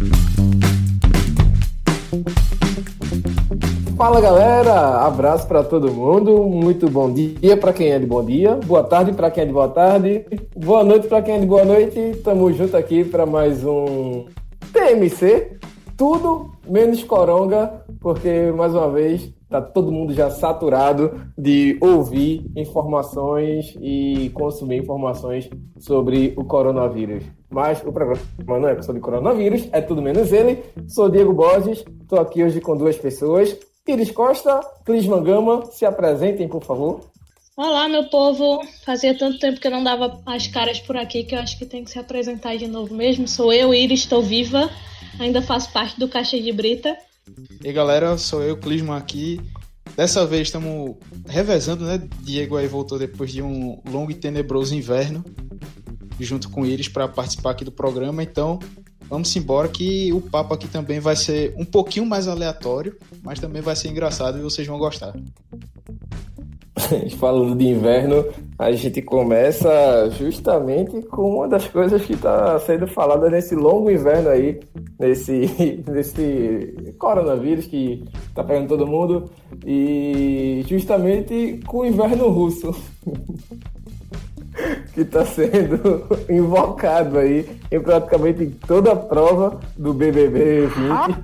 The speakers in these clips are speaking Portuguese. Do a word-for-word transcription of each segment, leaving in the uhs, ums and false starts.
Fala galera, abraço para todo mundo, muito bom dia para quem é de bom dia, boa tarde para quem é de boa tarde, boa noite para quem é de boa noite. Estamos juntos aqui para mais um T M C, tudo menos coronga, porque mais uma vez tá todo mundo já saturado de ouvir informações e consumir informações sobre o coronavírus. Mas o programa não é sobre coronavírus, é tudo menos ele. Sou Diego Borges, estou aqui hoje com duas pessoas. Iris Costa, Clisman Gama, se apresentem, por favor. Olá, meu povo. Fazia tanto tempo que eu não dava as caras por aqui que eu acho que tem que se apresentar de novo mesmo. Sou eu, Iris, estou viva. Ainda faço parte do Caixa de Brita. E aí, galera, sou eu, Clisman aqui. Dessa vez estamos revezando, né? Diego aí voltou depois de um longo e tenebroso inverno, junto com Iris, para participar aqui do programa. Então, vamos embora que o papo aqui também vai ser um pouquinho mais aleatório, mas também vai ser engraçado e vocês vão gostar. Falando de inverno, a gente começa justamente com uma das coisas que está sendo falada nesse longo inverno aí, nesse, nesse coronavírus que está pegando todo mundo, e justamente com o inverno russo, que está sendo invocado aí em praticamente toda a prova do B B B vinte.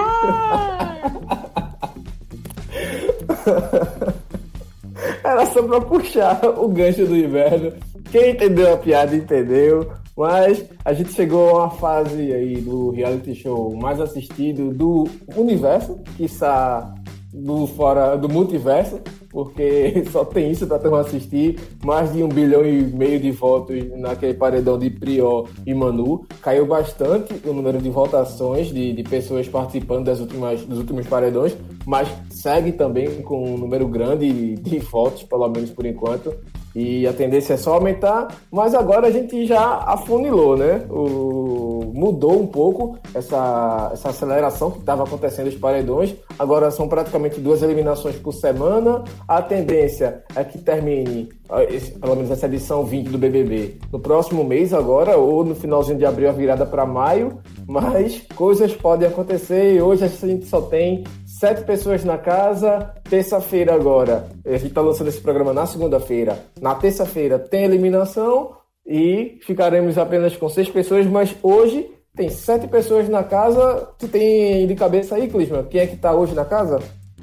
Era só pra puxar o gancho do inverno. Quem entendeu a piada entendeu. Mas a gente chegou a uma fase aí do reality show mais assistido do universo, quiçá do fora do multiverso, porque só tem isso pra turma assistir. Mais de um bilhão e meio de votos naquele paredão de Prior e Manu. Caiu bastante o número de votações de, de pessoas participando das últimas, dos últimos paredões, mas segue também com um número grande de votos, pelo menos por enquanto. E a tendência é só aumentar, mas agora a gente já afunilou, né? O... Mudou um pouco essa, essa aceleração que estava acontecendo nos paredões. Agora são praticamente duas eliminações por semana. A tendência é que termine, pelo menos essa edição vinte do B B B, no próximo mês agora, ou no finalzinho de abril, a virada para maio. Mas coisas podem acontecer e hoje a gente só tem sete pessoas na casa. Terça-feira agora, a gente está lançando esse programa na segunda-feira. Na terça-feira tem eliminação e ficaremos apenas com seis pessoas, mas hoje tem sete pessoas na casa. Tu tem de cabeça aí, Clisman? Quem é que está hoje na casa?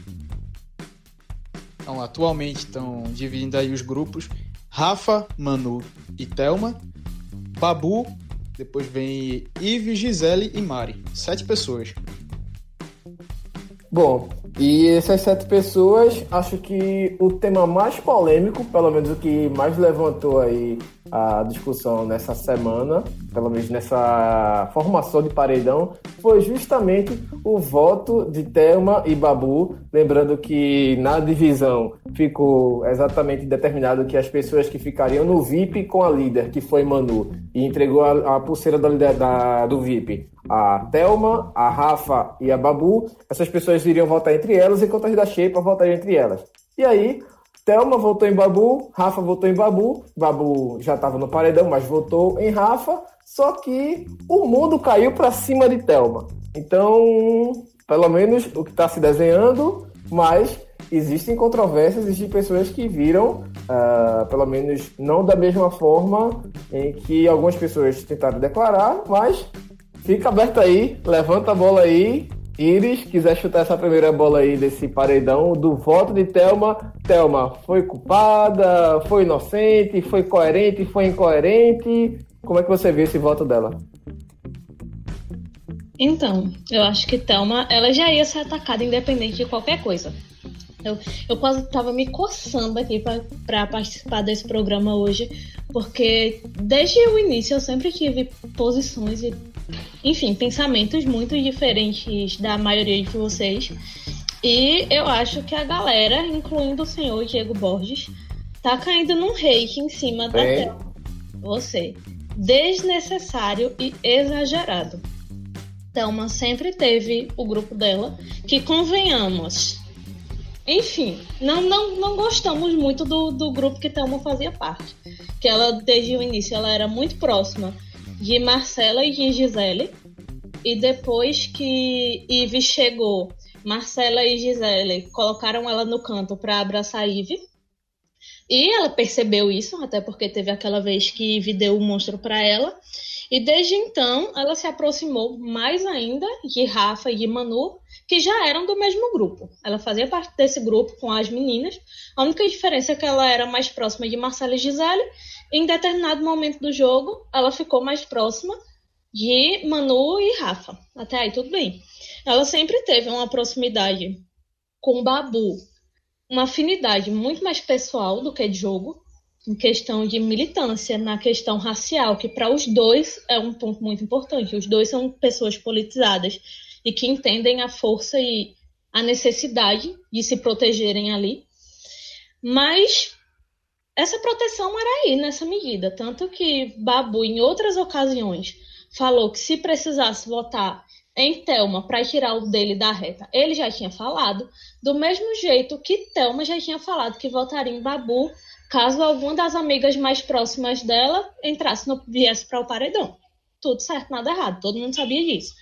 Então, atualmente estão dividindo aí os grupos: Rafa, Manu e Thelma, Babu, depois vem Ive, Gisele e Mari. Sete pessoas. Bom, e essas sete pessoas, acho que o tema mais polêmico, pelo menos o que mais levantou aí a discussão nessa semana, pelo menos nessa formação de paredão, foi justamente o voto de Thelma e Babu. Lembrando que na divisão ficou exatamente determinado que as pessoas que ficariam no V I P com a líder, que foi Manu, e entregou a, a pulseira da, da, do V I P, a Thelma, a Rafa e a Babu, essas pessoas iriam votar entre elas, enquanto as da Xepa votariam entre elas. E aí, Thelma votou em Babu, Rafa votou em Babu, Babu já estava no paredão, mas votou em Rafa, só que o mundo caiu para cima de Thelma. Então, pelo menos o que está se desenhando, mas existem controvérsias, existem pessoas que viram, uh, pelo menos não da mesma forma em que algumas pessoas tentaram declarar, mas fica aberto aí, levanta a bola aí. Iris, quiser chutar essa primeira bola aí desse paredão do voto de Thelma. Thelma, foi culpada, foi inocente, foi coerente, foi incoerente? Como é que você vê esse voto dela? Então, eu acho que Thelma, ela já ia ser atacada independente de qualquer coisa. Eu, eu quase estava me coçando aqui para participar desse programa hoje, porque desde o início eu sempre tive posições e, enfim, pensamentos muito diferentes da maioria de vocês. E eu acho que a galera, incluindo o senhor Diego Borges, tá caindo num hate em cima da é. Thelma. Você. Desnecessário e exagerado. Thelma sempre teve o grupo dela, que convenhamos... Enfim, não, não, não gostamos muito do, do grupo que Thelma fazia parte. Que ela, desde o início, ela era muito próxima de Marcela e de Gisele. e depois que Ivy chegou, Marcela e Gisele colocaram ela no canto para abraçar Ivy. E ela percebeu isso, até porque teve aquela vez que Ivy deu o monstro para ela. E desde então, ela se aproximou mais ainda de Rafa e de Manu, que já eram do mesmo grupo. Ela fazia parte desse grupo com as meninas. A única diferença é que ela era mais próxima de Marcela e Gisele. E em determinado momento do jogo, ela ficou mais próxima de Manu e Rafa. Até aí, tudo bem. Ela sempre teve uma proximidade com o Babu, uma afinidade muito mais pessoal do que de jogo, em questão de militância, na questão racial, que para os dois é um ponto muito importante. Os dois são pessoas politizadas e que entendem a força e a necessidade de se protegerem ali. Mas essa proteção era aí, nessa medida. Tanto que Babu, em outras ocasiões, falou que se precisasse votar em Thelma para tirar o dele da reta, ele já tinha falado, do mesmo jeito que Thelma já tinha falado que votaria em Babu caso alguma das amigas mais próximas dela entrasse no viesse para o paredão. Tudo certo, nada errado, todo mundo sabia disso.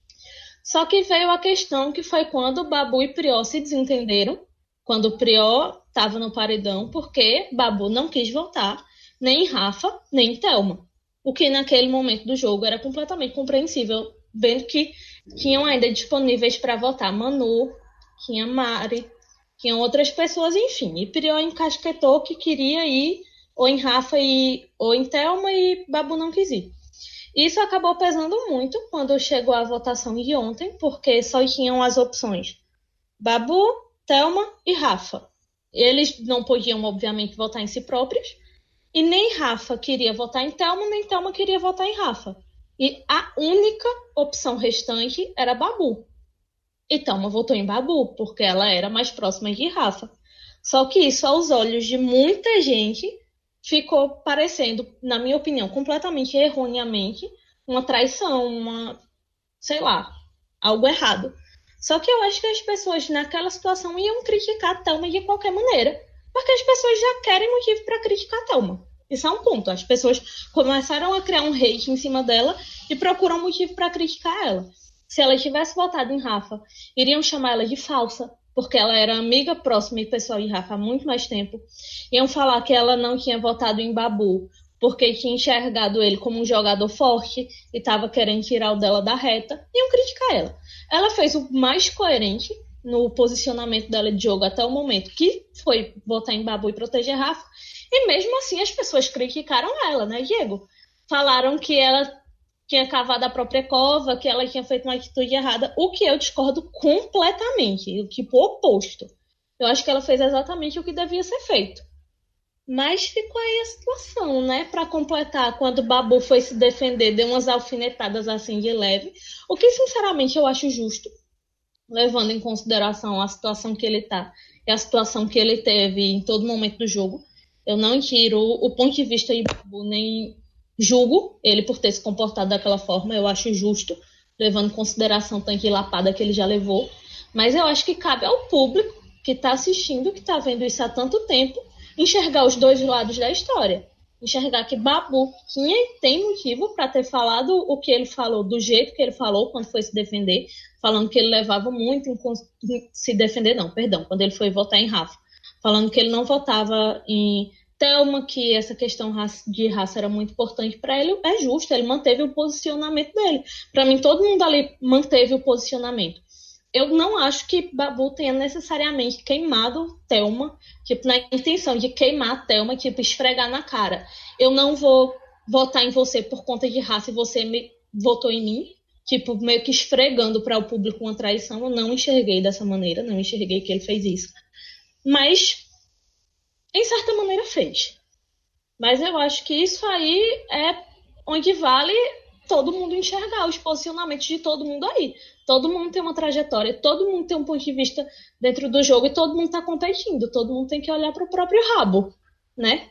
Só que veio a questão que foi quando Babu e Prior se desentenderam, quando o Prior estava no paredão, porque Babu não quis votar nem em Rafa, nem em Thelma. O que naquele momento do jogo era completamente compreensível, vendo que tinham ainda disponíveis para votar Manu, tinha Mari, tinham outras pessoas, enfim. E Prior encasquetou que queria ir ou em Rafa e, ou em Thelma e Babu não quis ir. Isso acabou pesando muito quando chegou a votação de ontem, porque só tinham as opções Babu, Thelma e Rafa. Eles não podiam, obviamente, votar em si próprios, e nem Rafa queria votar em Thelma, nem Thelma queria votar em Rafa. E a única opção restante era Babu. E Thelma votou em Babu, porque ela era mais próxima de Rafa. Só que isso, aos olhos de muita gente, ficou parecendo, na minha opinião, completamente erroneamente, uma traição, uma, sei lá, algo errado. Só que eu acho que as pessoas naquela situação iam criticar a Thelma de qualquer maneira, porque as pessoas já querem motivo para criticar a Thelma. Isso é um ponto. As pessoas começaram a criar um hate em cima dela e procuram motivo para criticar ela. Se ela tivesse votado em Rafa, iriam chamar ela de falsa, porque ela era amiga próxima e pessoal de Rafa há muito mais tempo. Iam falar que ela não tinha votado em Babu, porque tinha enxergado ele como um jogador forte e estava querendo tirar o dela da reta. Iam criticar ela. Ela fez o mais coerente no posicionamento dela de jogo até o momento, que foi votar em Babu e proteger Rafa. E mesmo assim as pessoas criticaram ela, né, Diego? Falaram que ela tinha cavado a própria cova, que ela tinha feito uma atitude errada, o que eu discordo completamente, o tipo oposto. Eu acho que ela fez exatamente o que devia ser feito. Mas ficou aí a situação, né? Para completar, quando Babu foi se defender, deu umas alfinetadas assim de leve, o que sinceramente eu acho justo, levando em consideração a situação que ele tá e a situação que ele teve em todo momento do jogo. Eu não tiro o ponto de vista de Babu, nem julgo ele por ter se comportado daquela forma. Eu acho justo, levando em consideração o tanque de lapada que ele já levou. Mas eu acho que cabe ao público que está assistindo, que está vendo isso há tanto tempo, enxergar os dois lados da história. Enxergar que Babu tinha e tem motivo para ter falado o que ele falou, do jeito que ele falou quando foi se defender, falando que ele levava muito em se defender, não, perdão, quando ele foi votar em Rafa, falando que ele não votava em Thelma, que essa questão de raça era muito importante para ele. É justo, ele manteve o posicionamento dele. Para mim, todo mundo ali manteve o posicionamento. Eu não acho que Babu tenha necessariamente queimado Thelma, tipo, na intenção de queimar a Thelma, tipo, esfregar na cara. Eu não vou votar em você por conta de raça e você me votou em mim, tipo, meio que esfregando para o público uma traição. Eu não enxerguei dessa maneira, não enxerguei que ele fez isso. Mas, em certa maneira, fez. Mas eu acho que isso aí é onde vale todo mundo enxergar os posicionamentos de todo mundo aí. Todo mundo tem uma trajetória, todo mundo tem um ponto de vista dentro do jogo e todo mundo está competindo. Todo mundo tem que olhar para o próprio rabo, né?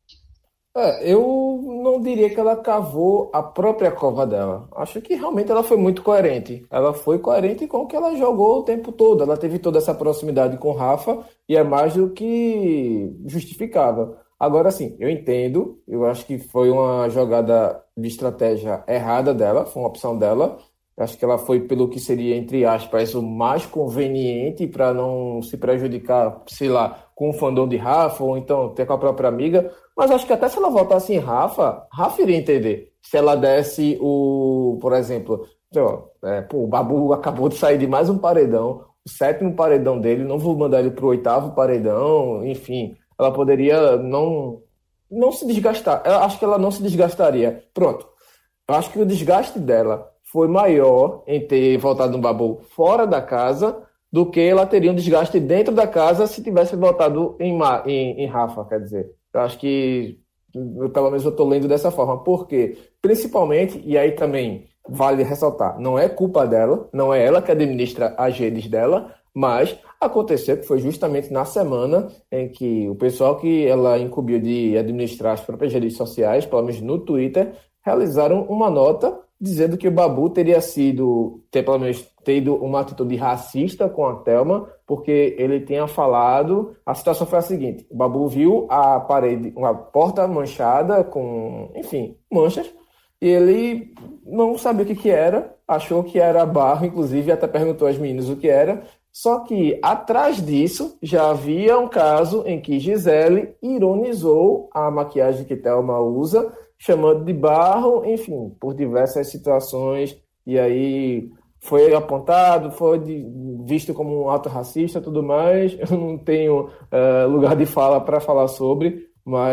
É, eu não diria que ela cavou a própria cova dela. Acho que realmente ela foi muito coerente. Ela foi coerente com o que ela jogou o tempo todo. Ela teve toda essa proximidade com o Rafa e é mais do que justificável. Agora sim, eu entendo. Eu acho que foi uma jogada de estratégia errada dela, foi uma opção dela. Acho que ela foi pelo que seria, entre aspas, o mais conveniente para não se prejudicar, sei lá, com o fandom de Rafa, ou então ter com a própria amiga. Mas acho que até se ela votasse em Rafa, Rafa iria entender. Se ela desse o, por exemplo, ó, é, pô, o Babu acabou de sair de mais um paredão, o sétimo paredão dele, não vou mandar ele pro oitavo paredão, enfim, ela poderia não, não se desgastar. Eu acho que ela não se desgastaria. Pronto. Eu acho que o desgaste dela foi maior em ter voltado no Babu fora da casa do que ela teria um desgaste dentro da casa se tivesse voltado em, Ma- em, em Rafa, quer dizer. Eu acho que, eu, pelo menos eu estou lendo dessa forma. Por quê? Principalmente, e aí também vale ressaltar, não é culpa dela, não é ela que administra as redes dela, mas aconteceu que foi justamente na semana em que o pessoal que ela incumbiu de administrar as próprias redes sociais, pelo menos no Twitter, realizaram uma nota dizendo que o Babu teria sido, ter, pelo menos, tido uma atitude racista com a Thelma, porque ele tinha falado, a situação foi a seguinte, o Babu viu a parede, uma porta manchada com, enfim, manchas, e ele não sabia o que que era, achou que era barro, inclusive até perguntou às meninas o que era, só que atrás disso já havia um caso em que Gisele ironizou a maquiagem que Thelma usa, chamando de barro, enfim, por diversas situações, e aí foi apontado, foi de- visto como um ato racista e tudo mais. Eu não tenho eh, lugar de fala para falar sobre,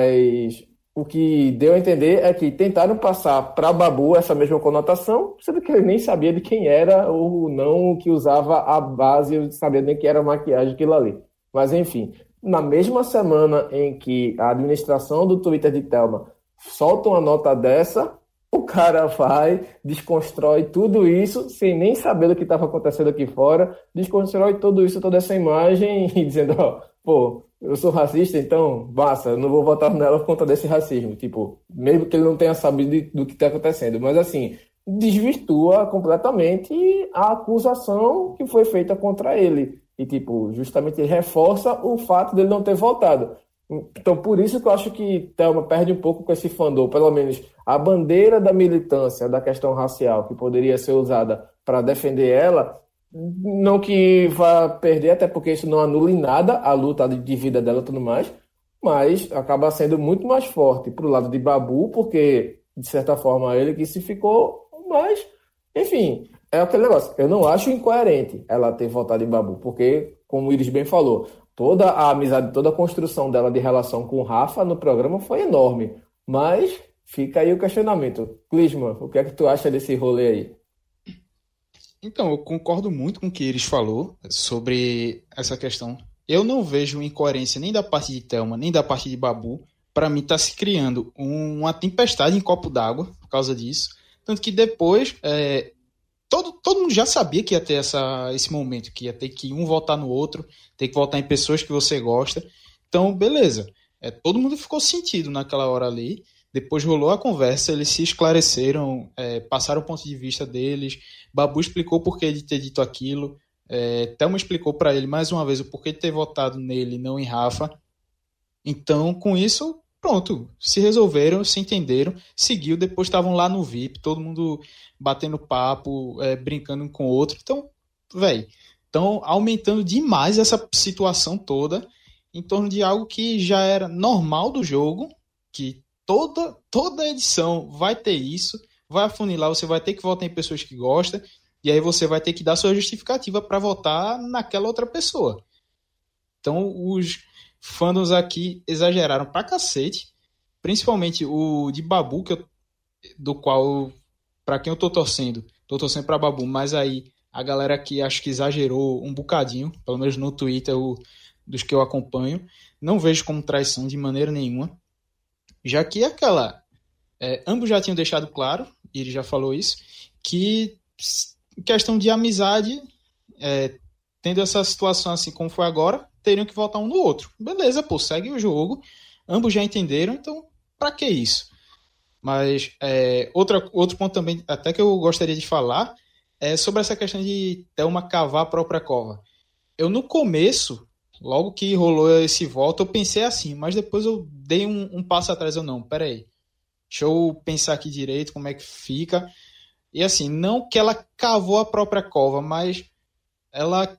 mas o que deu a entender é que tentaram passar para Babu essa mesma conotação, sendo que ele nem sabia de quem era ou não que usava a base, eu sabia nem que era maquiagem aquilo ali. Mas enfim, na mesma semana em que a administração do Twitter de Thelma solta uma nota dessa, o cara vai, desconstrói tudo isso, sem nem saber do que estava acontecendo aqui fora, desconstrói tudo isso, toda essa imagem, e dizendo, ó, pô, eu sou racista, então, basta, eu não vou votar nela por conta desse racismo. Tipo, mesmo que ele não tenha sabido de- do que está acontecendo. Mas, assim, desvirtua completamente a acusação que foi feita contra ele. E, tipo, justamente reforça o fato dele não ter votado. Então, por isso que eu acho que Thelma perde um pouco com esse fandom, pelo menos a bandeira da militância, da questão racial, que poderia ser usada para defender ela, não que vá perder, até porque isso não anula em nada a luta de de vida dela e tudo mais, mas acaba sendo muito mais forte pro lado de Babu, porque, de certa forma, ele que se ficou, mas, enfim, é aquele negócio. Eu não acho incoerente ela ter votado em Babu, porque, como o Iris bem falou, toda a amizade, toda a construção dela de relação com o Rafa no programa foi enorme. Mas fica aí o questionamento. Clisman, o que é que tu acha desse rolê aí? Então, eu concordo muito com o que eles falou sobre essa questão. Eu não vejo incoerência nem da parte de Thelma, nem da parte de Babu. Para mim, está se criando um- uma tempestade em copo d'água por causa disso. Tanto que depois, é, todo, todo mundo já sabia que ia ter essa, esse momento, que ia ter que um votar no outro, ter que votar em pessoas que você gosta. Então, beleza. É, todo mundo ficou sentido naquela hora ali. Depois rolou a conversa, eles se esclareceram, é, passaram o ponto de vista deles. Babu explicou por que de ter dito aquilo. É, Thelma explicou para ele mais uma vez o porquê de ter votado nele e não em Rafa. Então, com isso, pronto. Se resolveram, se entenderam, seguiu. Depois estavam lá no V I P, todo mundo batendo papo, é, brincando um com o outro. Então, velho, estão aumentando demais essa situação toda em torno de algo que já era normal do jogo, que toda, toda edição vai ter isso, vai afunilar, você vai ter que votar em pessoas que gostam, e aí você vai ter que dar sua justificativa para votar naquela outra pessoa. Então, os fandoms aqui exageraram pra cacete, principalmente o de Babu, que eu, do qual, para quem eu tô torcendo, tô torcendo pra Babu, mas aí a galera aqui acho que exagerou um bocadinho, pelo menos no Twitter, o, dos que eu acompanho, não vejo como traição de maneira nenhuma, já que aquela, é, ambos já tinham deixado claro, e ele já falou isso, que em questão de amizade, é, tendo essa situação assim como foi agora, teriam que votar um no outro. Beleza, pô, segue o jogo, ambos já entenderam, então pra que isso? Mas é, outra, outro ponto também, até que eu gostaria de falar, é sobre essa questão de Thelma cavar a própria cova. Eu no começo, logo que rolou esse voto, eu pensei assim, mas depois eu dei um, um passo atrás, eu não, peraí, deixa eu pensar aqui direito como é que fica. E assim, não que ela cavou a própria cova, mas ela,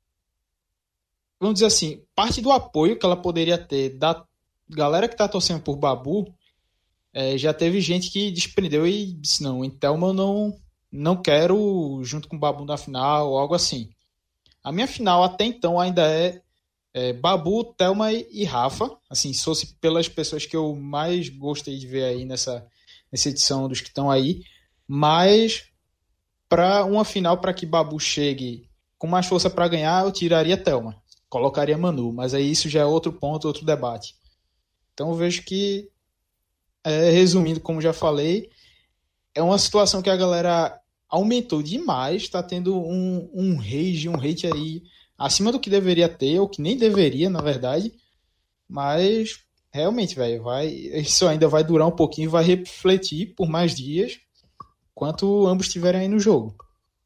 vamos dizer assim, parte do apoio que ela poderia ter da galera que tá torcendo por Babu, é, já teve gente que desprendeu e disse, não, em Thelma eu não, não quero junto com o Babu na final, ou algo assim. A minha final até então ainda é, é Babu, Thelma e, e Rafa, assim, se fosse pelas pessoas que eu mais gostei de ver aí nessa, nessa edição dos que estão aí, mas para uma final, para que Babu chegue com mais força para ganhar, eu tiraria Thelma, colocaria Manu, mas aí isso já é outro ponto, outro debate. Então eu vejo que, é, resumindo, como já falei, é uma situação que a galera aumentou demais, está tendo um, um rage, um hate aí acima do que deveria ter, ou que nem deveria, na verdade, mas realmente, velho, vai, isso ainda vai durar um pouquinho, vai refletir por mais dias, enquanto ambos estiverem aí no jogo.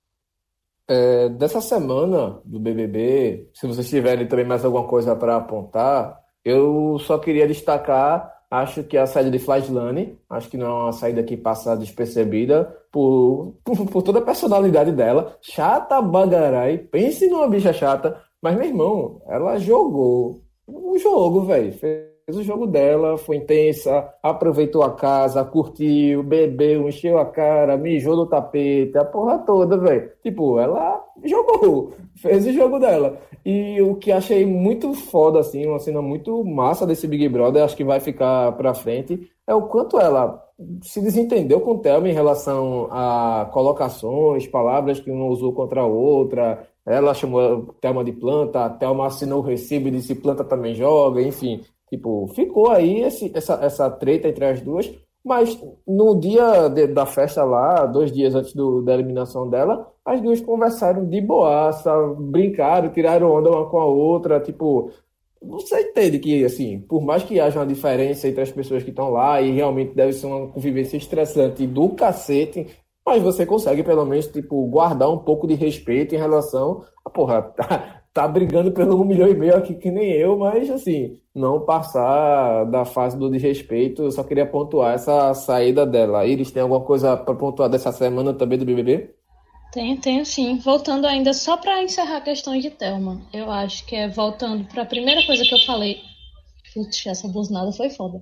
É, dessa semana do B B B, se vocês tiverem também mais alguma coisa para apontar, eu só queria destacar, acho que a saída de Flaslane, acho que não é uma saída que passa despercebida por, por, por toda a personalidade dela, chata bagarai, pense numa bicha chata, mas meu irmão, ela jogou o jogo, velho, fez o jogo dela, foi intensa, aproveitou a casa, curtiu, bebeu, encheu a cara, mijou no tapete, a porra toda, velho. Tipo, ela jogou, fez o jogo dela. E o que achei muito foda, assim, uma cena muito massa desse Big Brother, acho que vai ficar pra frente, é o quanto ela se desentendeu com o Thelma em relação a colocações, palavras que uma usou contra a outra. Ela chamou a Thelma de planta, a Thelma assinou o recibo e disse planta também joga, enfim. Tipo, ficou aí esse, essa, essa treta entre as duas, mas no dia de, da festa lá, dois dias antes do, da eliminação dela, as duas conversaram de boaça, brincaram, tiraram onda uma com a outra, tipo, você entende que, assim, por mais que haja uma diferença entre as pessoas que estão lá, e realmente deve ser uma convivência estressante do cacete, mas você consegue, pelo menos, tipo, guardar um pouco de respeito em relação a, porra, tá, tá brigando pelo um milhão e meio aqui que nem eu, mas, assim, não passar da fase do desrespeito. Eu só queria pontuar essa saída dela. Iris, tem alguma coisa para pontuar dessa semana também do B B B? Tenho, tenho sim. Voltando ainda só para encerrar a questão de Thelma, eu acho que é voltando para a primeira coisa que eu falei. Putz, essa buzinada foi foda.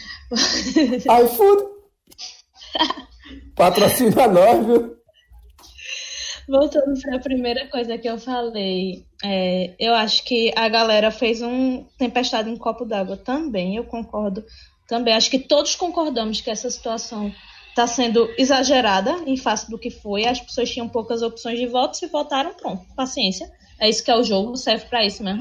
iFood! Patrocina nós, viu? Voltando para a primeira coisa que eu falei, é, eu acho que a galera fez um tempestade em copo d'água também, eu concordo também. Acho que todos concordamos que essa situação está sendo exagerada em face do que foi. As pessoas tinham poucas opções de voto, se votaram, pronto, paciência. É isso que é o jogo, serve para isso mesmo.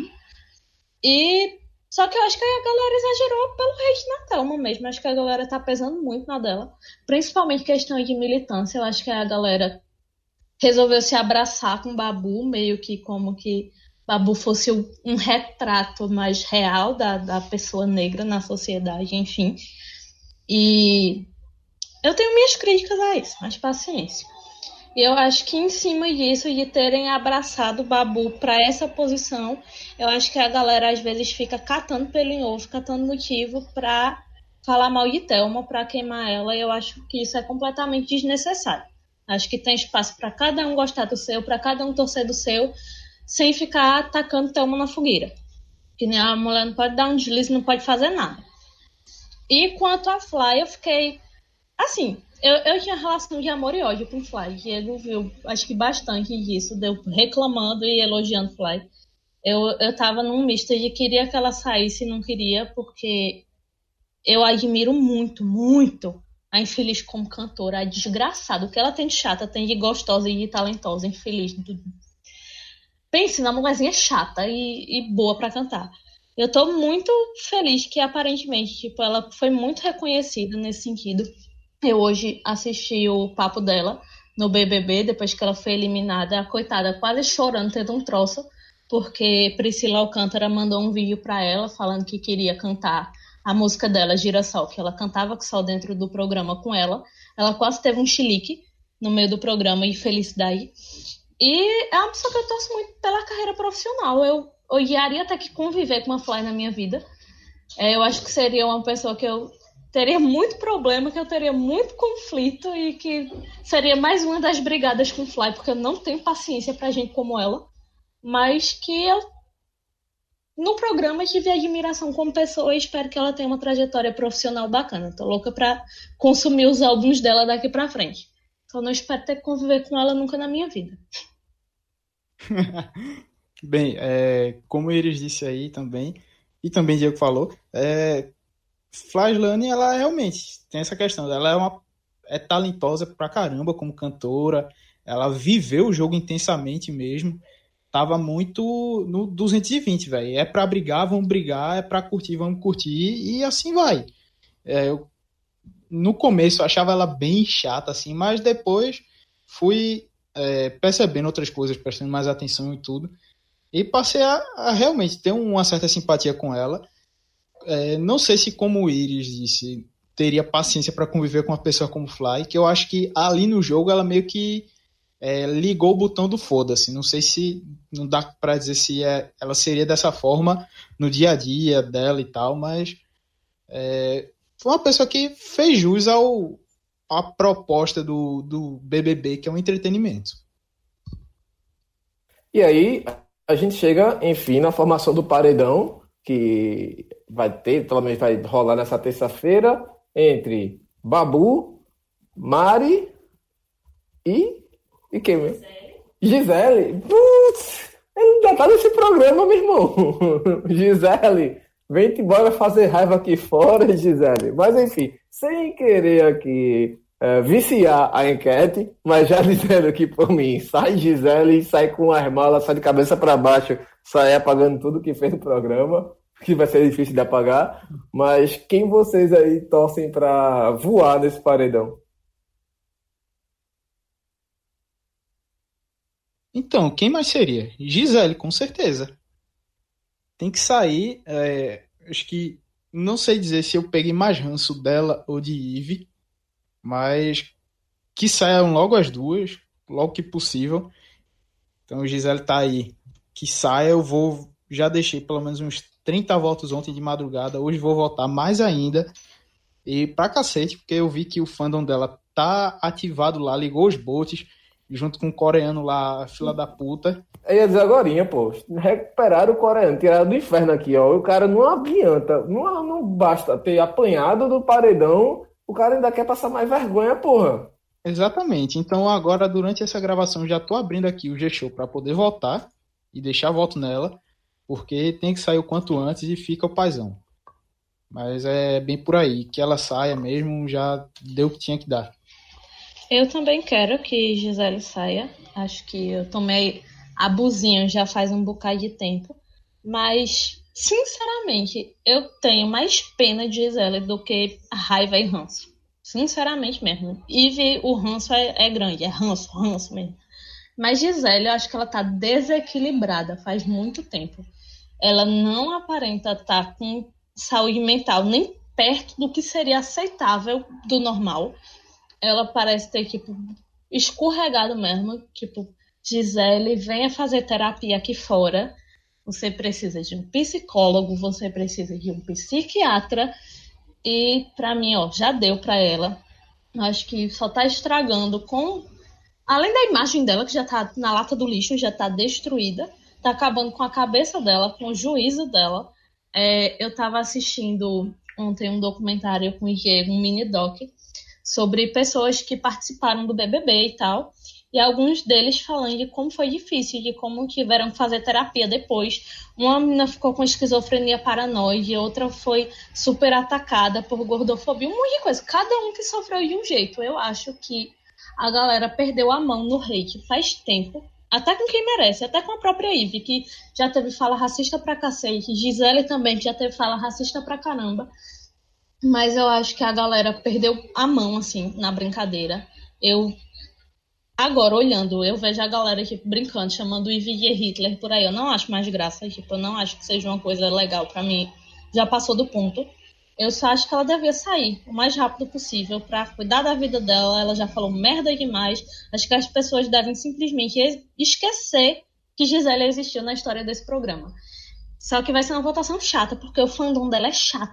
E só que eu acho que a galera exagerou pelo hate na Thelma mesmo. Acho que a galera tá pesando muito na dela, principalmente questão de militância. Eu acho que a galera resolveu se abraçar com o Babu, meio que como que Babu fosse um retrato mais real da, da pessoa negra na sociedade, enfim. E eu tenho minhas críticas a isso, mas paciência. E eu acho que em cima disso, de terem abraçado o Babu para essa posição, eu acho que a galera às vezes fica catando pelo em ovo, catando motivo para falar mal de Thelma, para queimar ela, e eu acho que isso é completamente desnecessário. Acho que tem espaço para cada um gostar do seu, para cada um torcer do seu, sem ficar atacando Thelma na fogueira. Que nem a mulher não pode dar um deslize, não pode fazer nada. E quanto a Fly, eu fiquei... Assim, eu, eu tinha relação de amor e ódio com Fly. Diego viu, acho que bastante disso, deu reclamando e elogiando Fly. Eu, eu tava num misto de queria que ela saísse e não queria, porque eu admiro muito, muito a infeliz como cantora, a desgraçada. O que ela tem de chata, tem de gostosa e de talentosa, infeliz. Pense na mulherzinha chata e, e boa pra cantar. Eu tô muito feliz que aparentemente, tipo, ela foi muito reconhecida nesse sentido. Eu hoje assisti o papo dela no B B B, depois que ela foi eliminada, a coitada quase chorando, tendo um troço, porque Priscila Alcântara mandou um vídeo pra ela falando que queria cantar a música dela, Girassol, que ela cantava só dentro do programa com ela. Ela quase teve um chilique no meio do programa de felicidade. E é uma pessoa que eu torço muito pela carreira profissional. Eu odiaria ter que conviver com uma Fly na minha vida. É, eu acho que seria uma pessoa que eu teria muito problema, que eu teria muito conflito e que seria mais uma das brigadas com Fly, porque eu não tenho paciência pra gente como ela, mas que eu, no programa, tive admiração como pessoa e espero que ela tenha uma trajetória profissional bacana. Tô louca pra consumir os álbuns dela daqui pra frente. Só não espero ter que conviver com ela nunca na minha vida. Bem, é, como o Iris disse aí também, e também o Diego falou, é, Flajlane, ela realmente tem essa questão, ela é, uma, é talentosa pra caramba como cantora, ela viveu o jogo intensamente mesmo, tava muito no duzentos e vinte, velho, é pra brigar, vamos brigar, é pra curtir, vamos curtir, e assim vai. É, eu, no começo eu achava ela bem chata, assim, mas depois fui é, percebendo outras coisas, prestando mais atenção e tudo, e passei a, a realmente ter uma certa simpatia com ela. É, não sei se, como o Iris disse, teria paciência para conviver com uma pessoa como Fly, que eu acho que ali no jogo ela meio que é, ligou o botão do foda-se. Não sei se, não dá para dizer se é, ela seria dessa forma no dia a dia dela e tal, mas é, foi uma pessoa que fez jus ao, à proposta do, do B B B, que é um entretenimento. E aí, a gente chega, enfim, na formação do paredão, que vai ter, pelo menos vai rolar nessa terça-feira, entre Babu, Mari e... e quem mesmo? Gisele. Putz, ele já tá nesse programa, meu irmão. Gisele, vem-te embora fazer raiva aqui fora, Gisele. Mas, enfim, sem querer aqui é, viciar a enquete, mas já dizendo aqui por mim, sai Gisele, sai com as malas, sai de cabeça para baixo, sai apagando tudo que fez no programa, que vai ser difícil de apagar. Mas quem vocês aí torcem para voar nesse paredão? Então, quem mais seria? Gisele, com certeza. Tem que sair. É, acho que não sei dizer se eu peguei mais ranço dela ou de Ivy, mas que saiam logo as duas, logo que possível. Então, Gisele tá aí. Que saia, eu vou. Já deixei pelo menos uns trinta votos ontem de madrugada. Hoje vou votar mais ainda. E pra cacete, porque eu vi que o fandom dela tá ativado lá, ligou os bots, junto com o coreano lá, fila da puta. Eu ia dizer agorinha, pô. Recuperaram o coreano, tiraram do inferno aqui, ó. O cara não adianta. Não, não basta ter apanhado do paredão, o cara ainda quer passar mais vergonha, porra. Exatamente. Então agora, durante essa gravação, já tô abrindo aqui o G-Show pra poder votar e deixar voto nela, porque tem que sair o quanto antes e fica o paizão. Mas é bem por aí. Que ela saia mesmo, já deu o que tinha que dar. Eu também quero que Gisele saia. Acho que eu tomei abusinho já faz um bocado de tempo. Mas, sinceramente, eu tenho mais pena de Gisele do que raiva e ranço. Sinceramente mesmo. Ivy, o ranço é, é grande. É ranço, ranço mesmo. Mas Gisele, eu acho que ela tá desequilibrada faz muito tempo. Ela não aparenta estar com saúde mental nem perto do que seria aceitável do normal. Ela parece ter, tipo, escorregado mesmo. Tipo, Gisele, venha fazer terapia aqui fora. Você precisa de um psicólogo, você precisa de um psiquiatra. E, pra mim, ó, já deu pra ela. Acho que só tá estragando com... Além da imagem dela, que já tá na lata do lixo, já tá destruída. Tá acabando com a cabeça dela, com o juízo dela. É, eu tava assistindo ontem um documentário com o Diego, um mini-doc, sobre pessoas que participaram do B B B e tal, e alguns deles falando de como foi difícil, de como tiveram que fazer terapia depois. Uma menina ficou com esquizofrenia paranoide, outra foi super atacada por gordofobia, um monte de coisa. Cada um que sofreu de um jeito. Eu acho que a galera perdeu a mão no hate faz tempo, até com quem merece, até com a própria Ivy, que já teve fala racista pra cacete, Gisele também, que já teve fala racista pra caramba. Mas eu acho que a galera perdeu a mão, assim, na brincadeira. Eu, agora, olhando, eu vejo a galera, tipo, brincando, chamando o Ivy de Hitler por aí. Eu não acho mais graça, tipo, eu não acho que seja uma coisa legal pra mim. Já passou do ponto. Eu só acho que ela devia sair o mais rápido possível pra cuidar da vida dela. Ela já falou merda demais. Acho que as pessoas devem simplesmente esquecer que Gisele existiu na história desse programa. Só que vai ser uma votação chata, porque o fandom dela é chato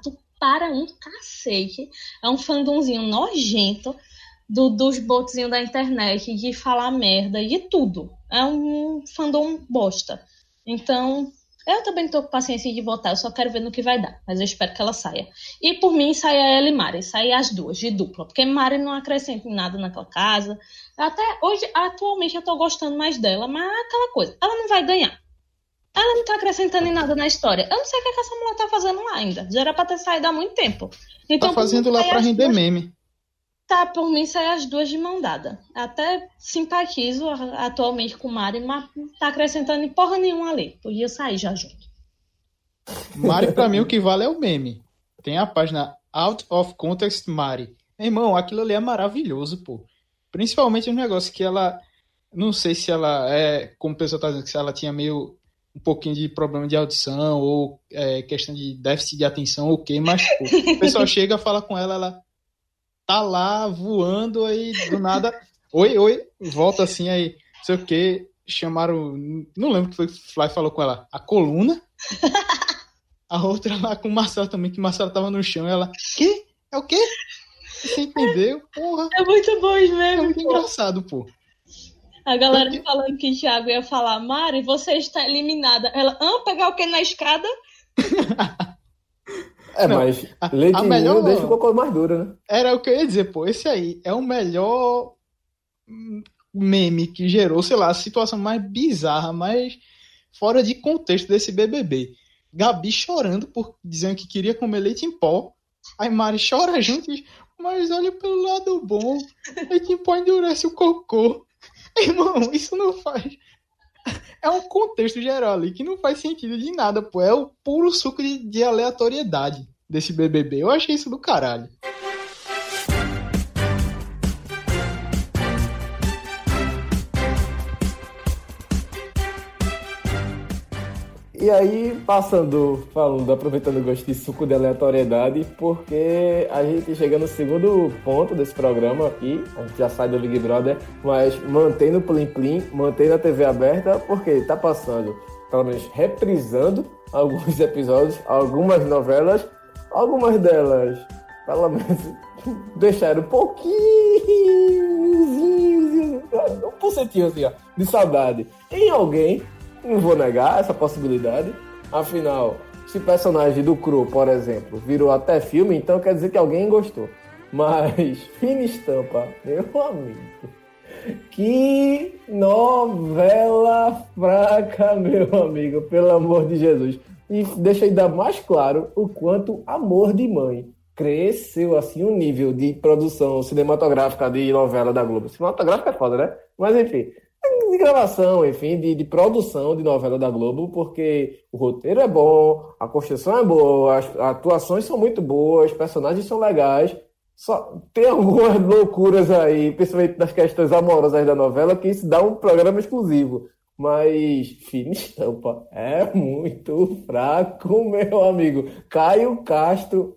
para um cacete. É um fandomzinho nojento do, dos botzinhos da internet, de falar merda, de tudo. É um fandom bosta. Então, eu também tô com paciência de votar, eu só quero ver no que vai dar, mas eu espero que ela saia. E por mim, saia ela e Mari, saia as duas, de dupla, porque Mari não acrescenta em nada naquela casa. Até hoje, atualmente, eu tô gostando mais dela, mas é aquela coisa, ela não vai ganhar. Ela não tá acrescentando em nada na história. Eu não sei o que, é que essa mulher tá fazendo lá ainda. Já era pra ter saído há muito tempo. Então, tá fazendo lá pra render duas... meme. Tá, por mim, sair as duas de mão dada. Até simpatizo atualmente com Mari, mas não tá acrescentando em porra nenhuma ali. Podia sair já junto. Mari, pra mim, o que vale é o meme. Tem a página Out of Context Mari. Meu irmão, aquilo ali é maravilhoso, pô. Principalmente o negócio que ela... Não sei se ela é... Como o pessoal tá dizendo, que se ela tinha meio... um pouquinho de problema de audição ou é, questão de déficit de atenção ou o quê, mas pô, o pessoal chega, fala com ela, ela tá lá voando, aí do nada, oi, oi, volta assim, aí, não sei o quê, chamaram, não lembro o que foi que o Fly falou com ela, a coluna, a outra lá com o Marcelo também, que o Marcelo tava no chão, e ela, quê? É o quê? Você entendeu? Porra. É muito bom mesmo. É muito pô. engraçado, pô. A galera Porque... falando que o Thiago ia falar, Mari, você está eliminada. Ela, ah, pegar o que na escada? É, não, mas leite a melhor... deixa o cocô mais duro, né? Era o que eu ia dizer, pô. Esse aí é o melhor meme que gerou, sei lá, a situação mais bizarra, mais fora de contexto desse B B B. Gabi chorando, por dizendo que queria comer leite em pó. Aí Mari chora junto e diz, mas olha pelo lado bom. Leite em pó endurece o cocô. Irmão, isso não faz... É um contexto geral ali que não faz sentido de nada, pô. É o puro suco de, de aleatoriedade desse B B B. Eu achei isso do caralho. E aí, passando, falando, aproveitando o gosto de suco de aleatoriedade, porque a gente chega no segundo ponto desse programa aqui, a gente já sai do Big Brother, mas mantém no Plim Plim, mantém na T V aberta, porque tá passando, pelo menos reprisando alguns episódios, algumas novelas, algumas delas, pelo menos, deixaram um pouquinho, um porcentinho assim, ó, de saudade em alguém. Não vou negar essa possibilidade. Afinal, se o personagem do Cru, por exemplo, virou até filme, então quer dizer que alguém gostou. Mas, fina estampa, meu amigo. Que novela fraca, meu amigo, pelo amor de Jesus. E deixa ainda mais claro o quanto Amor de Mãe cresceu assim o um nível de produção cinematográfica de novela da Globo. Cinematográfica é foda, né? Mas enfim... de gravação, enfim, de, de produção de novela da Globo, porque o roteiro é bom, a construção é boa, as atuações são muito boas, os personagens são legais, só tem algumas loucuras aí, principalmente nas questões amorosas da novela, que isso dá um programa exclusivo. Mas, fina estampa, é muito fraco, meu amigo. Caio Castro,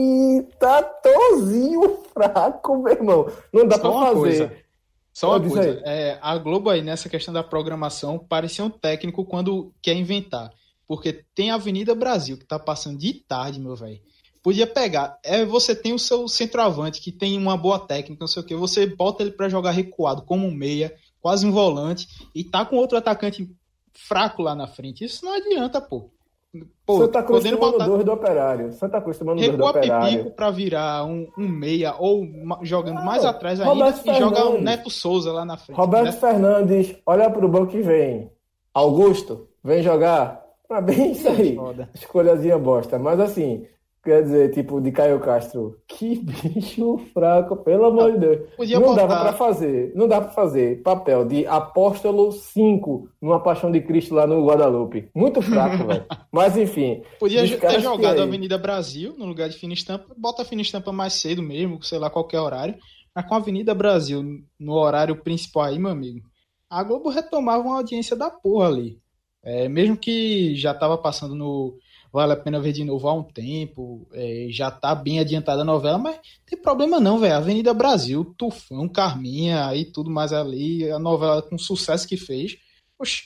eita, tozinho fraco, meu irmão. Não dá Só pra fazer... Coisa. Só uma coisa, é, a Globo aí nessa questão da programação parecia um técnico quando quer inventar, porque tem a Avenida Brasil que tá passando de tarde, meu velho. Podia pegar, é, você tem o seu centroavante que tem uma boa técnica, não sei o que, você bota ele pra jogar recuado como um meia, quase um volante, e tá com outro atacante fraco lá na frente. Isso não adianta, pô. Pô, Santa Cruz tomando botar... dois do Operário. Santa Cruz tomando dois do Operário. Pipico pra virar um, um meia ou uma, jogando ah, mais atrás ainda Roberto e Fernandes. jogar o Neto Souza lá na frente. Roberto né? Fernandes, olha pro banco que vem. Augusto, vem jogar. Ah, bem isso aí. Foda. Escolhazinha bosta. Mas assim, quer dizer, tipo, de Caio Castro, que bicho fraco, pelo amor de Deus. Podia não botar... dava pra fazer, não dá pra fazer papel de Apóstolo cinco numa Paixão de Cristo lá no Guadalupe. Muito fraco, velho. Mas enfim. Podia ter jogado a Avenida Brasil no lugar de Fina Estampa, bota a Fina Estampa mais cedo mesmo, sei lá, qualquer horário, mas com a Avenida Brasil no horário principal aí, meu amigo, a Globo retomava uma audiência da porra ali. É, mesmo que já tava passando no Vale a Pena Ver de Novo há um tempo, é, já tá bem adiantada a novela, mas não tem problema não, velho. Avenida Brasil, Tufão, Carminha e tudo mais ali, a novela com o sucesso que fez. Oxe,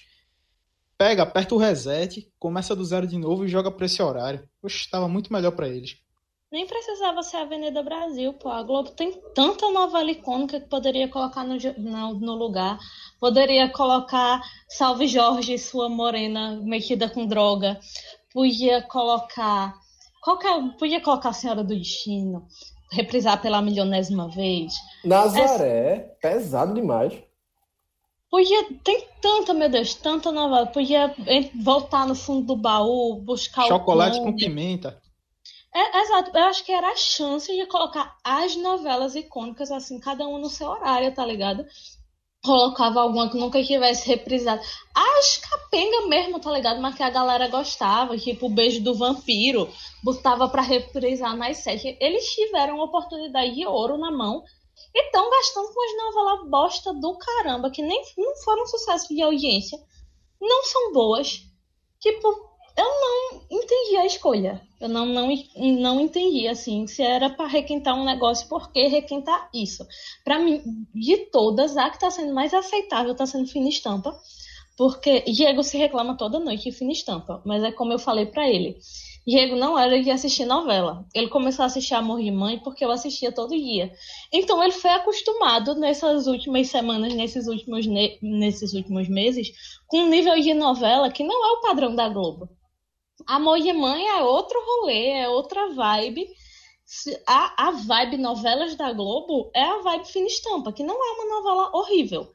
pega, aperta o reset, começa do zero de novo e joga pra esse horário. Oxe, tava muito melhor pra eles. Nem precisava ser a Avenida Brasil, pô. A Globo tem tanta novela icônica que poderia colocar no, no, no lugar. Poderia colocar Salve Jorge e sua morena metida com droga. Podia colocar... Qualquer, podia colocar a Senhora do Destino. Reprisar pela milionésima vez. Nazaré, Essa... pesado demais. Podia... Tem tanta, meu Deus, tanta novela. Podia voltar no fundo do baú, buscar Chocolate o... com pimenta. É, exato, eu acho que era a chance de colocar as novelas icônicas, assim, cada uma no seu horário, tá ligado? Colocava alguma que nunca tivesse reprisado. As capenga mesmo, tá ligado? Mas que a galera gostava, tipo o Beijo do Vampiro, botava pra reprisar nas sete. Eles tiveram uma oportunidade de ouro na mão e estão gastando com as novelas bosta do caramba, que nem não foram sucesso de audiência, não são boas. Tipo... Eu não entendi a escolha. Eu não, não, não entendi, assim, se era para requentar um negócio, por que requentar isso? Para mim, de todas, a que tá sendo mais aceitável tá sendo Fina Estampa, porque Diego se reclama toda noite de Fina Estampa, mas é como eu falei para ele. Diego não era de assistir novela. Ele começou a assistir Amor de Mãe porque eu assistia todo dia. Então ele foi acostumado nessas últimas semanas, nesses últimos, ne- nesses últimos meses, com um nível de novela que não é o padrão da Globo. Amor de Mãe é outro rolê, é outra vibe. A, a vibe novelas da Globo é a vibe Fina Estampa, que não é uma novela horrível.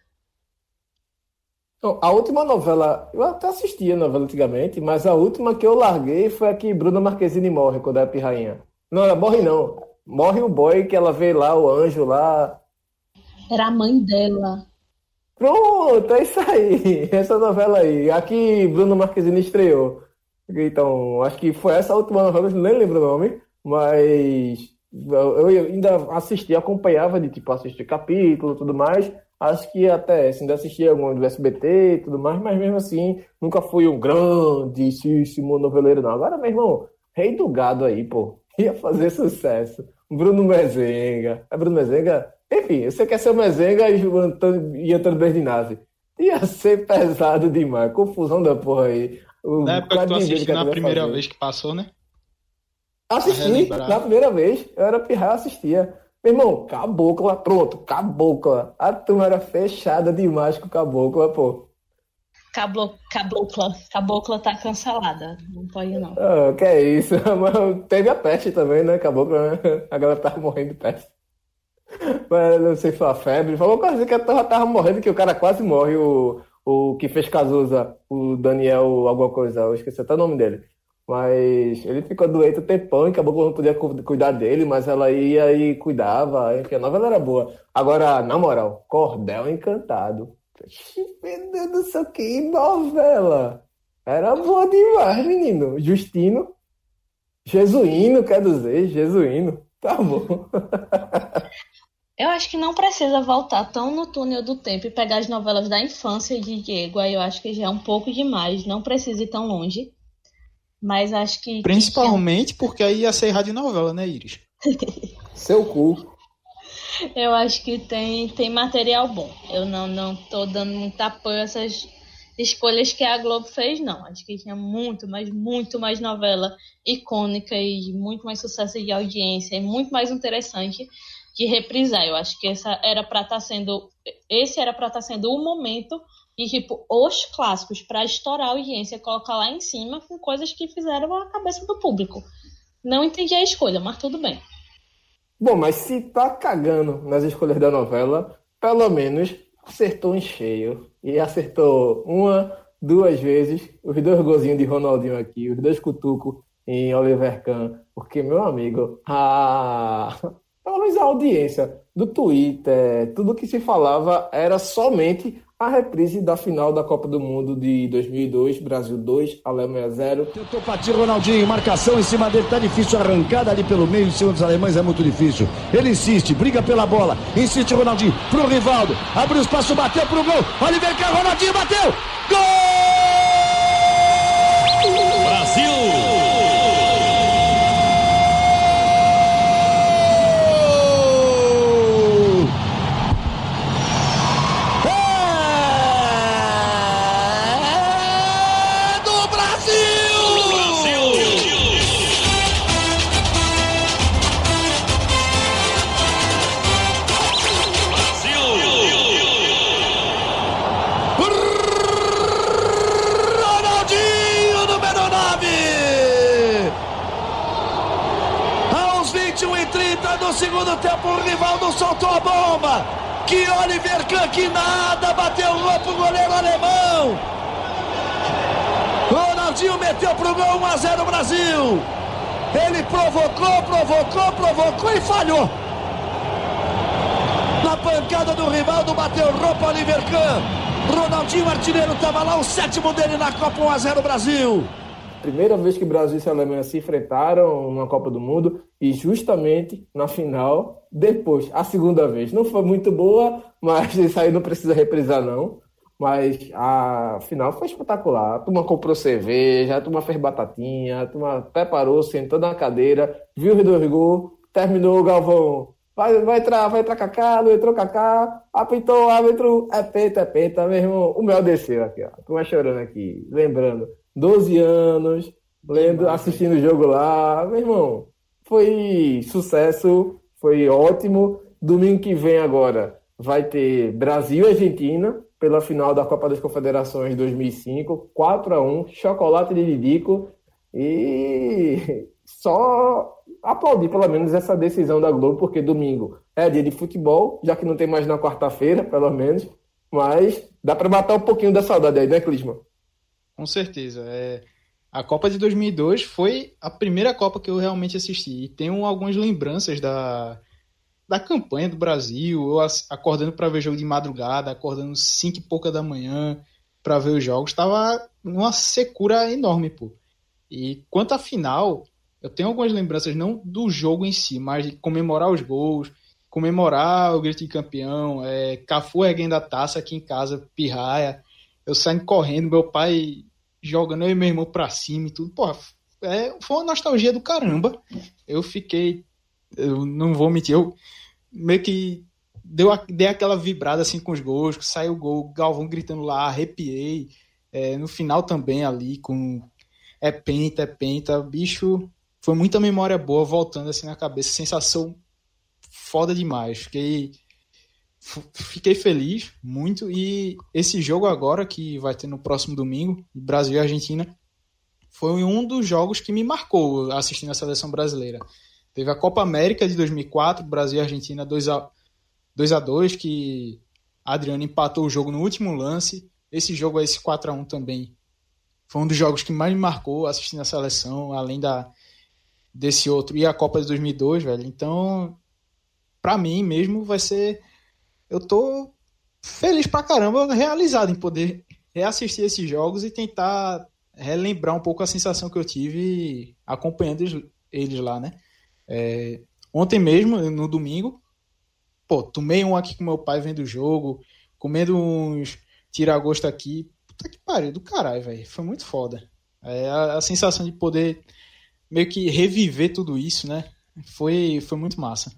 Então, a última novela, eu até assistia a novela antigamente, mas a última que eu larguei foi a que Bruna Marquezine morre quando é pirrainha. Não, ela morre não. Morre o boy que ela vê lá, o anjo lá. Era a mãe dela. Pronto, é isso aí. Essa novela aí. Aqui Bruna Marquezine estreou. Então, acho que foi essa última novela, nem lembro o nome, mas eu ainda assisti, acompanhava de tipo assistir capítulo e tudo mais. Acho que até ainda assisti algum do S B T e tudo mais, mas mesmo assim, nunca fui um grandíssimo noveleiro, não. Agora, meu irmão, Rei do Gado aí, pô, ia fazer sucesso. Bruno Mezenga. É Bruno Mezenga? Enfim, você quer ser o Mezenga e o Antônio, e Antônio Berdinazzi. Ia ser pesado demais, confusão da porra aí. O Na época que tu assistiu na primeira fazer. vez que passou, né? Assisti, na primeira vez. Eu era pirraia, assistia. Meu irmão, Cabocla, pronto, Cabocla. A turma era fechada demais com Cabocla, pô. Cablo, cabocla, cabocla tá cancelada. Não pode, não. Ah, que é isso. Mas teve a peste também, né? Cabocla, né? A galera tava morrendo de peste. Mas não sei se foi a febre. Falou quase que a turma tava morrendo, que o cara quase morre, o... O que fez Cazuza, o Daniel alguma coisa, eu esqueci até o nome dele. Mas ele ficou doente um tempão e acabou que não podia cuidar dele, mas ela ia e cuidava. Enfim, a novela era boa. Agora, na moral, Cordel Encantado. Meu Deus do céu, que novela! Era boa demais, menino. Justino. Jesuíno, quer dizer, Jesuíno. Tá bom. Eu acho que não precisa voltar tão no túnel do tempo e pegar as novelas da infância de Diego. Aí eu acho que já é um pouco demais. Não precisa ir tão longe. Mas acho que... Principalmente que... porque aí ia ser radionovela, né, Iris? Seu cu. Eu acho que tem, tem material bom. Eu não, não tô dando muito apoio a essas escolhas que a Globo fez, não. Acho que tinha muito, mas muito mais novela icônica e muito mais sucesso de audiência e muito mais interessante de reprisar. Eu acho que essa era para estar tá sendo esse era para estar tá sendo o momento de tipo os clássicos para estourar a audiência, colocar lá em cima com coisas que fizeram a cabeça do público. Não entendi a escolha, mas tudo bem. Bom, mas se tá cagando nas escolhas da novela, pelo menos acertou em cheio. E acertou uma, duas vezes os dois golzinhos de Ronaldinho aqui, os dois cutucos em Oliver Kahn. Porque, meu amigo, a... pelo menos a audiência do Twitter, tudo que se falava era somente a reprise da final da Copa do Mundo de dois mil e dois, Brasil dois, Alemanha zero. Tentou partir Ronaldinho, marcação em cima dele, tá difícil, arrancada ali pelo meio, em cima dos alemães é muito difícil. Ele insiste, briga pela bola, insiste Ronaldinho, pro Rivaldo, abriu espaço, bateu pro gol, Oliver Kahn, Ronaldinho bateu, gol! Brasil! no segundo tempo, o Rivaldo soltou a bomba. Que Oliver Kahn, que nada, bateu lá pro goleiro alemão. Ronaldinho meteu pro gol, um a zero Brasil. Ele provocou, provocou, provocou e falhou. Na pancada do Rivaldo, bateu roupa Oliver Kahn. Ronaldinho, artilheiro, estava lá, o sétimo dele na Copa, um a zero Brasil. Primeira vez que Brasil e Alemanha se enfrentaram na Copa do Mundo e justamente na final, depois, a segunda vez. Não foi muito boa, mas isso aí não precisa reprisar não. Mas a final foi espetacular. A turma comprou cerveja, a turma fez batatinha, a turma preparou, sentou na cadeira, viu o dois gols, terminou o Galvão. Vai, vai entrar, vai entrar Kaká, não entrou Kaká, apitou o árbitro, é peita, é peita, meu irmão. O mel desceu aqui, ó. A turma chorando aqui, lembrando. doze anos, lendo, assistindo o jogo lá. Meu irmão, foi sucesso, foi ótimo. Domingo que vem agora vai ter Brasil e Argentina pela final da Copa das Confederações dois mil e cinco, quatro a um, chocolate de Didico. E só aplaudir pelo menos essa decisão da Globo, porque domingo é dia de futebol, já que não tem mais na quarta-feira, pelo menos. Mas dá para matar um pouquinho da saudade aí, né, Clisman? Com certeza. É... A Copa de dois mil e dois foi a primeira Copa que eu realmente assisti. E tenho algumas lembranças da, da campanha do Brasil, eu acordando para ver jogo de madrugada, acordando cinco e pouca da manhã para ver os jogos. Estava numa secura enorme, pô. E quanto à final, eu tenho algumas lembranças, não do jogo em si, mas de comemorar os gols, comemorar o grito de campeão, é, Cafu erguendo a taça aqui em casa, pirraia, eu saindo correndo, meu pai jogando eu e meu irmão pra cima e tudo. Porra, é, foi uma nostalgia do caramba. Eu fiquei, eu não vou mentir, eu meio que deu, dei aquela vibrada assim com os gols, saiu o gol, Galvão gritando lá, arrepiei. É, no final também ali, com é penta, é penta, bicho, foi muita memória boa voltando assim na cabeça, sensação foda demais. Fiquei, fiquei feliz muito. E esse jogo agora, que vai ter no próximo domingo, Brasil e Argentina, foi um dos jogos que me marcou assistindo a seleção brasileira. Teve a Copa América de dois mil e quatro, Brasil e Argentina dois a dois, que Adriano empatou o jogo no último lance. Esse jogo, esse quatro a um também, foi um dos jogos que mais me marcou assistindo a seleção, além da, desse outro, e a Copa de dois mil e dois, velho. Então, pra mim mesmo, vai ser... Eu tô feliz pra caramba, realizado em poder reassistir esses jogos e tentar relembrar um pouco a sensação que eu tive acompanhando eles lá, né? É, ontem mesmo, no domingo, pô, tomei um aqui com meu pai vendo o jogo, comendo uns tira-gosto aqui. Puta que pariu, do caralho, velho. Foi muito foda. É, a, a sensação de poder meio que reviver tudo isso, né? Foi, foi muito massa.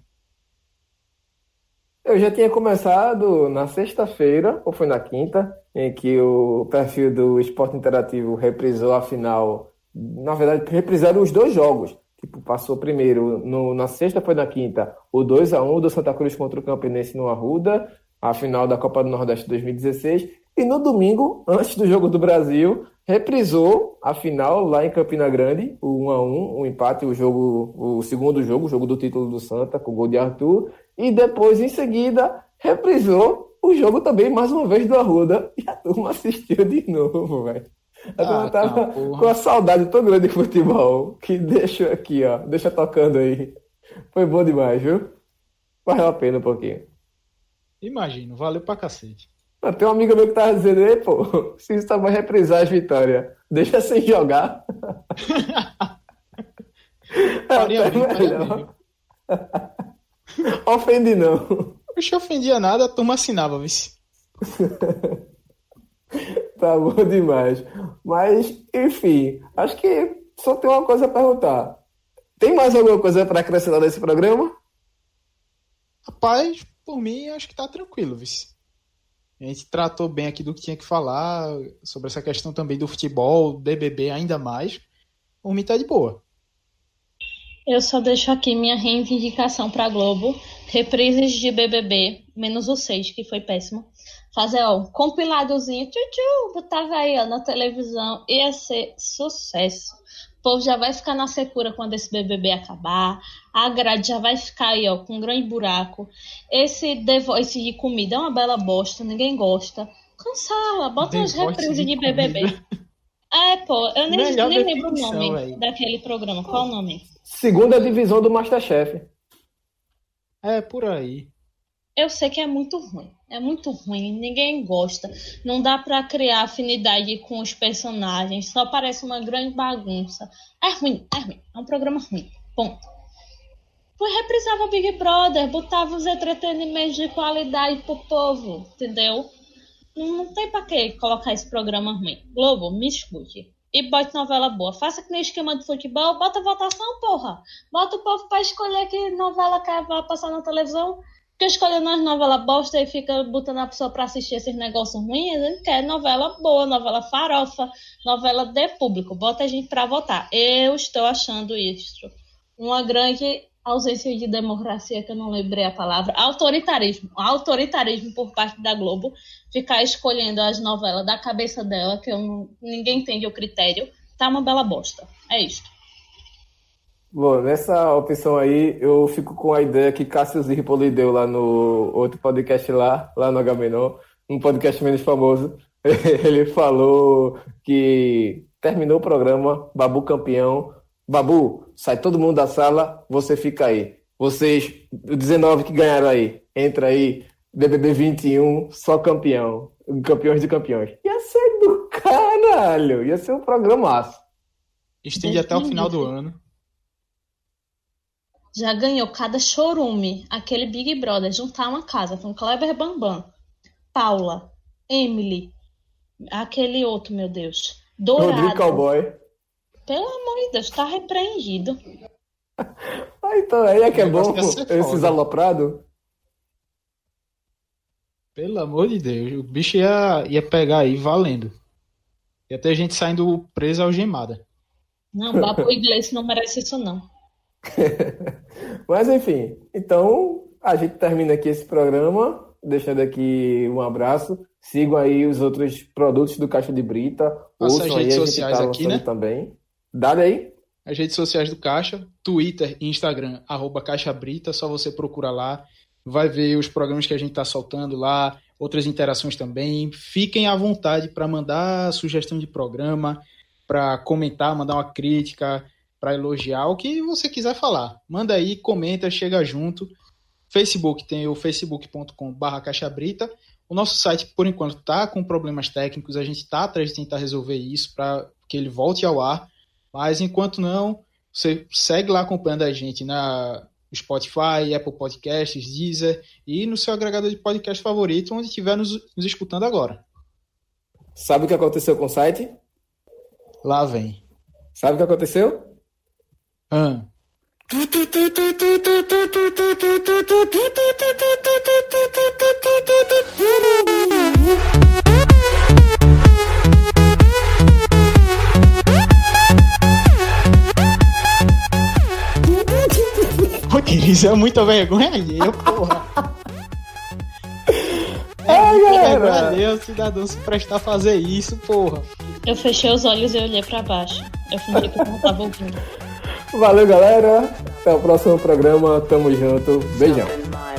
Eu já tinha começado na sexta-feira, ou foi na quinta, em que o perfil do Esporte Interativo reprisou a final. Na verdade, reprisaram os dois jogos. Tipo, passou primeiro, no, na sexta foi na quinta, o dois a um do Santa Cruz contra o Campinense no Arruda, a final da Copa do Nordeste dois mil e dezesseis. E no domingo, antes do Jogo do Brasil, reprisou a final lá em Campina Grande, o um a um, o empate, o jogo, o segundo jogo, o jogo do título do Santa, com o gol de Arthur. E depois, em seguida, reprisou o jogo também, mais uma vez, do Arruda. E a turma assistiu de novo, velho. A turma ah, tava tá, com a saudade tão grande de futebol, que deixa aqui, ó, deixa tocando aí. Foi bom demais, viu? Valeu a pena um pouquinho. Imagino, valeu pra cacete. Tem um amigo meu que tava dizendo aí, pô, se isso vai reprisar as vitórias, deixa sem jogar. Faria bem, faria bem. Ofende não. Não ofendia nada, a turma assinava, vice. Tá bom demais. Mas, enfim, acho que só tem uma coisa a perguntar. Tem mais alguma coisa para acrescentar nesse programa? Rapaz, por mim, acho que tá tranquilo, vice. A gente tratou bem aqui do que tinha que falar, sobre essa questão também do futebol, B B B ainda mais. Por mim tá de boa. Eu só deixo aqui minha reivindicação pra Globo. Reprises de B B B, menos o seis, que foi péssimo. Fazer, ó, um compiladozinho, tchu, tchu, botava aí, ó, na televisão. Ia ser sucesso. O povo já vai ficar na secura quando esse B B B acabar. A grade já vai ficar aí, ó, com um grande buraco. Esse The Voice de comida é uma bela bosta, ninguém gosta. Cancela, bota umas reprises de B B B. É, pô, eu nem, nem lembro o nome véio. daquele programa. Qual o nome? Segunda divisão do Masterchef. É, por aí. Eu sei que é muito ruim. É muito ruim, ninguém gosta. Não dá pra criar afinidade com os personagens. Só parece uma grande bagunça. É ruim, é ruim. É um programa ruim. Ponto. Pois reprisava Big Brother, botava os entretenimentos de qualidade pro povo, entendeu? Não, não tem pra que colocar esse programa ruim. Globo, me escute. E bote novela boa. Faça que nem esquema de futebol, bota votação, porra. Bota o povo pra escolher que novela quer passar na televisão. Fica escolhendo as novelas bosta e fica botando a pessoa pra assistir esses negócios ruins. Ele quer novela boa, novela farofa, novela de público. Bota a gente pra votar. Eu estou achando isso uma grande ausência de democracia, que eu não lembrei a palavra. Autoritarismo. Autoritarismo por parte da Globo. Ficar escolhendo as novelas da cabeça dela, que eu não, ninguém entende o critério. Tá uma bela bosta. É isto. Bom, nessa opção aí, eu fico com a ideia que Cássio Zirpoli deu lá no outro podcast lá, lá no Agamenon, um podcast menos famoso. Ele falou que terminou o programa, Babu campeão. Babu, sai todo mundo da sala, você fica aí. Vocês, dezenove que ganharam aí, entra aí, B B B vinte e um, só campeão. Campeões de campeões. Ia ser do caralho, ia ser um programaço. Estende até o final do ano. Já ganhou cada chorume, aquele Big Brother, juntar uma casa com Kleber Bambam, Paula, Emily, aquele outro, meu Deus, Dourado. Rodrigo Cowboy. Pelo amor de Deus, tá repreendido. Ah, então aí é que é bom, esses aloprados. Pelo amor de Deus, o bicho ia, ia pegar aí valendo. Ia ter gente saindo presa algemada. Não, Babu Iglesias não merece isso, não. Mas enfim, então a gente termina aqui esse programa, deixando aqui um abraço. Sigam aí os outros produtos do Caixa de Brita. Nossa, as redes sociais tá aqui, né? Também. Dá aí. As redes sociais do Caixa, Twitter e Instagram, arroba Caixa Brita, só você procura lá. Vai ver os programas que a gente tá soltando lá, outras interações também. Fiquem à vontade para mandar sugestão de programa, para comentar, mandar uma crítica, para elogiar, o que você quiser falar. Manda aí, comenta, chega junto. Facebook tem o facebook ponto com barra Caixa Brita. O nosso site, por enquanto, está com problemas técnicos. A gente está atrás de tentar resolver isso para que ele volte ao ar. Mas, enquanto não, você segue lá acompanhando a gente na Spotify, Apple Podcasts, Deezer e no seu agregador de podcast favorito, onde estiver nos, nos escutando agora. Sabe o que aconteceu com o site? Lá vem. Sabe o que aconteceu? Ah. Isso é muita vergonha alheia, porra. É muita vergonha alheia o cidadão se prestar a fazer isso, porra. Eu fechei os olhos e olhei pra baixo. Eu fingi que eu não tava ouvindo. Valeu, galera. Até o próximo programa. Tamo junto. Beijão.